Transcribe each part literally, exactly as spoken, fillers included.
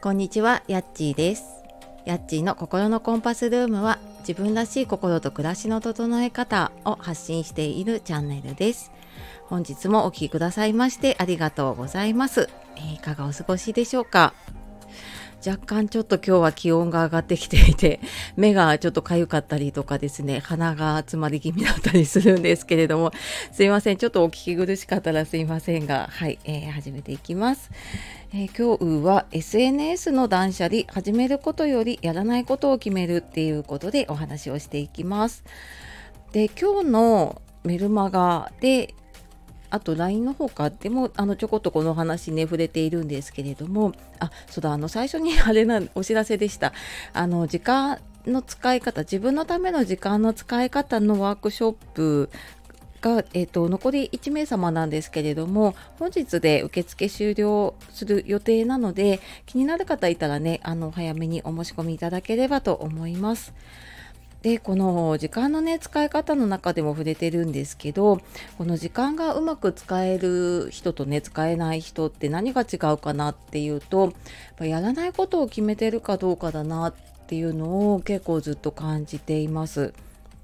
こんにちは、やっちーです。やっちーの心のコンパスルームは、自分らしい心と暮らしの整え方を発信しているチャンネルです。本日もお聞きくださいましてありがとうございます。えーいかがお過ごしでしょうか。若干ちょっと今日は気温が上がってきていて、目がちょっと痒かったりとかですね、鼻が詰まり気味だったりするんですけれども、すいません、ちょっとお聞き苦しかったらすいませんが、はい、えー始めていきます。えー今日は エスエヌエス の断捨離、始めることよりやらないことを決めるっていうことでお話をしていきます。で、今日のメルマガで、あと ライン の方かでもあのちょこっとこの話ね触れているんですけれども、あ、そうだ、あの最初にあれなお知らせでした。あの時間の使い方、自分のための時間の使い方のワークショップが、えー、と残りいちめいさまなんですけれども、本日で受付終了する予定なので、気になる方いたらね、あの早めにお申し込みいただければと思います。で、この時間のね使い方の中でも触れてるんですけど、この時間がうまく使える人とね使えない人って何が違うかなっていうと、やっぱやらないことを決めてるかどうかだなっていうのを結構ずっと感じています。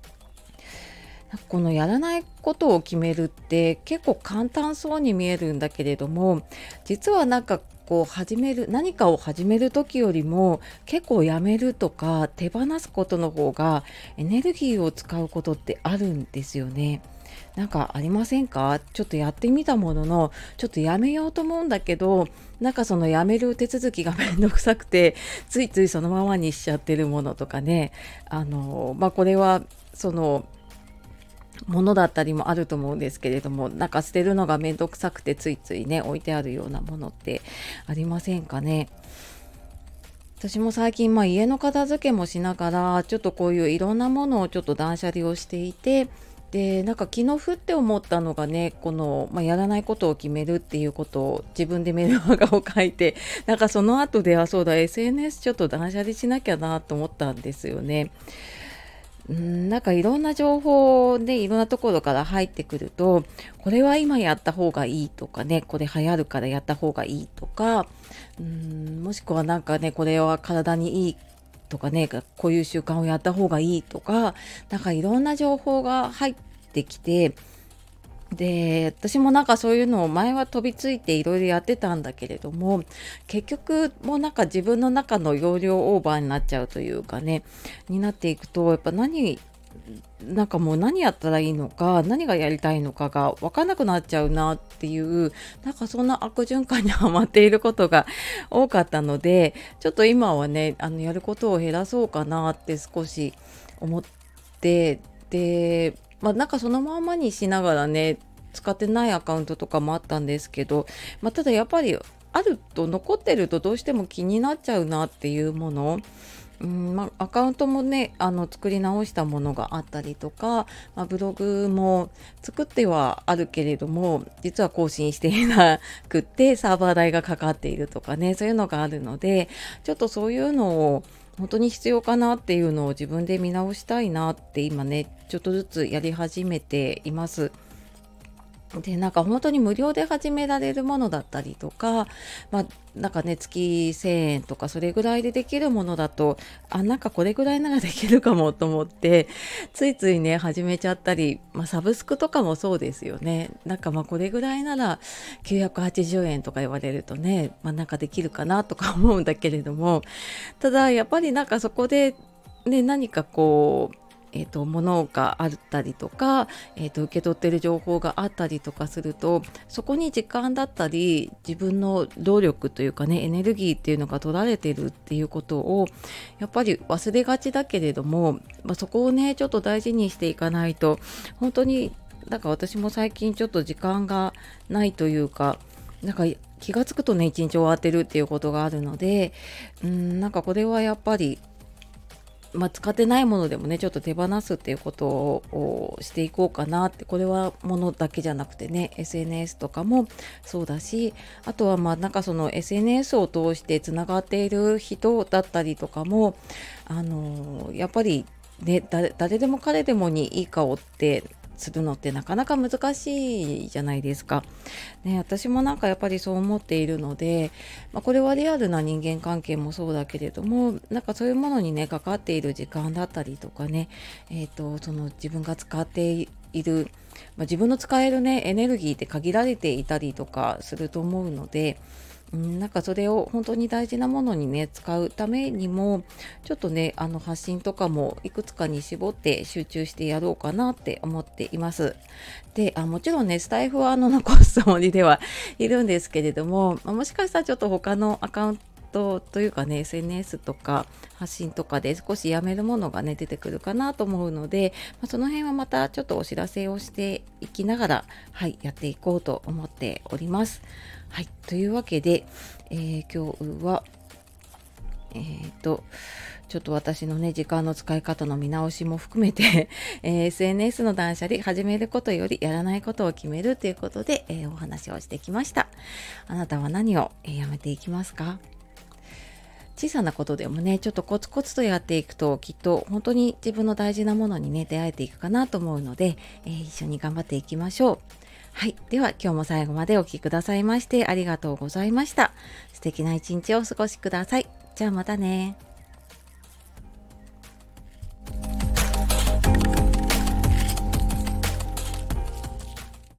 このやらないことを決めるって結構簡単そうに見えるんだけれども、実はなんかこう始める何かを始める時よりも結構やめるとか手放すことの方がエネルギーを使うことってあるんですよね。なんかありませんか？ちょっとやってみたものの、ちょっとやめようと思うんだけど、なんかそのやめる手続きがめんどくさくて、ついついそのままにしちゃってるものとかね。あのまあこれはそのものだったりもあると思うんですけれども、なんか捨てるのがめんどくさくてついついね置いてあるようなものってありませんかね。私も最近、まあ、家の片付けもしながらちょっとこういういろんなものをちょっと断捨離をしていて、でなんか昨日ふって思ったのがね、この、まあ、やらないことを決めるっていうことを自分でメルマガを書いて、なんかその後で、あ、そうだ エスエヌエス ちょっと断捨離しなきゃなと思ったんですよね。うん、なんかいろんな情報でいろんなところから入ってくると、これは今やった方がいいとかね、これ流行るからやった方がいいとか、うん、もしくはなんかね、これは体にいいとかね、こういう習慣をやった方がいいとか、なんかいろんな情報が入ってきて、で、私もなんかそういうのを前は飛びついていろいろやってたんだけれども、結局もうなんか自分の中の容量オーバーになっちゃうというかね、になっていくと、やっぱ何なんかもう何やったらいいのか、何がやりたいのかが分かんなくなっちゃうなっていう、なんかそんな悪循環にはまっていることが多かったので、ちょっと今はね、あのやることを減らそうかなって少し思って、で、まあなんかそのままにしながらね、使ってないアカウントとかもあったんですけど、まあ、ただやっぱりあると残ってるとどうしても気になっちゃうなっていうもの、うん、まあ、アカウントもね、あの作り直したものがあったりとか、まあ、ブログも作ってはあるけれども実は更新していなくってサーバー代がかかっているとかね、そういうのがあるので、ちょっとそういうのを本当に必要かなっていうのを自分で見直したいなって今ねちょっとずつやり始めています。で、なんか本当に無料で始められるものだったりとか、まあ、なんかね、月せんえんとかそれぐらいでできるものだと、あ、なんかこれぐらいならできるかもと思って、ついついね、始めちゃったり、まあ、サブスクとかもそうですよね。なんかまあこれぐらいならきゅうひゃくはちじゅうえんとか言われるとね、まあなんかできるかなとか思うんだけれども、ただやっぱりなんかそこで、ね、何かこう、えー、と物があったりとか、えー、と受け取っている情報があったりとかすると、そこに時間だったり自分の動力というかね、エネルギーっていうのが取られてるっていうことをやっぱり忘れがちだけれども、まあ、そこをねちょっと大事にしていかないと、本当になんか私も最近ちょっと時間がないというか、なんか気がつくとね一日終わってるっていうことがあるので、うん、なんかこれはやっぱりまあ、使ってないものでもねちょっと手放すっていうことをしていこうかなって。これはものだけじゃなくてね、 エスエヌエス とかもそうだし、あとはまあなんかその エスエヌエス を通してつながっている人だったりとかも、あのやっぱりね、誰誰でも彼でもにいい顔ってするのってなかなか難しいじゃないですか。ね、私もなんかやっぱりそう思っているので、まあ、これはリアルな人間関係もそうだけれども、なんかそういうものにねかかっている時間だったりとかね、えー、とその自分が使っている、まあ、自分の使えるねエネルギーって限られていたりとかすると思うので、うん、なんかそれを本当に大事なものにね使うためにもちょっとねあの発信とかもいくつかに絞って集中してやろうかなって思っています。で、あもちろんねスタイフはあの残すつもりではいるんですけれども、まあもしかしたらちょっと他のアカウントというかね エスエヌエス とか発信とかで少しやめるものがね出てくるかなと思うので、まあ、その辺はまたちょっとお知らせをしていきながら、はい、やっていこうと思っております。はい、というわけで、えー今日はえーとちょっと私のね時間の使い方の見直しも含めて、えー エスエヌエス の断捨離、始めることよりやらないことを決めるということで、えーお話をしてきました。あなたは何を、えーやめていきますか？小さなことでもねちょっとコツコツとやっていくと、きっと本当に自分の大事なものにね出会えていくかなと思うので、えー一緒に頑張っていきましょう。はい。では今日も最後までお聞きくださいましてありがとうございました。素敵な一日をお過ごしください。じゃあまたね。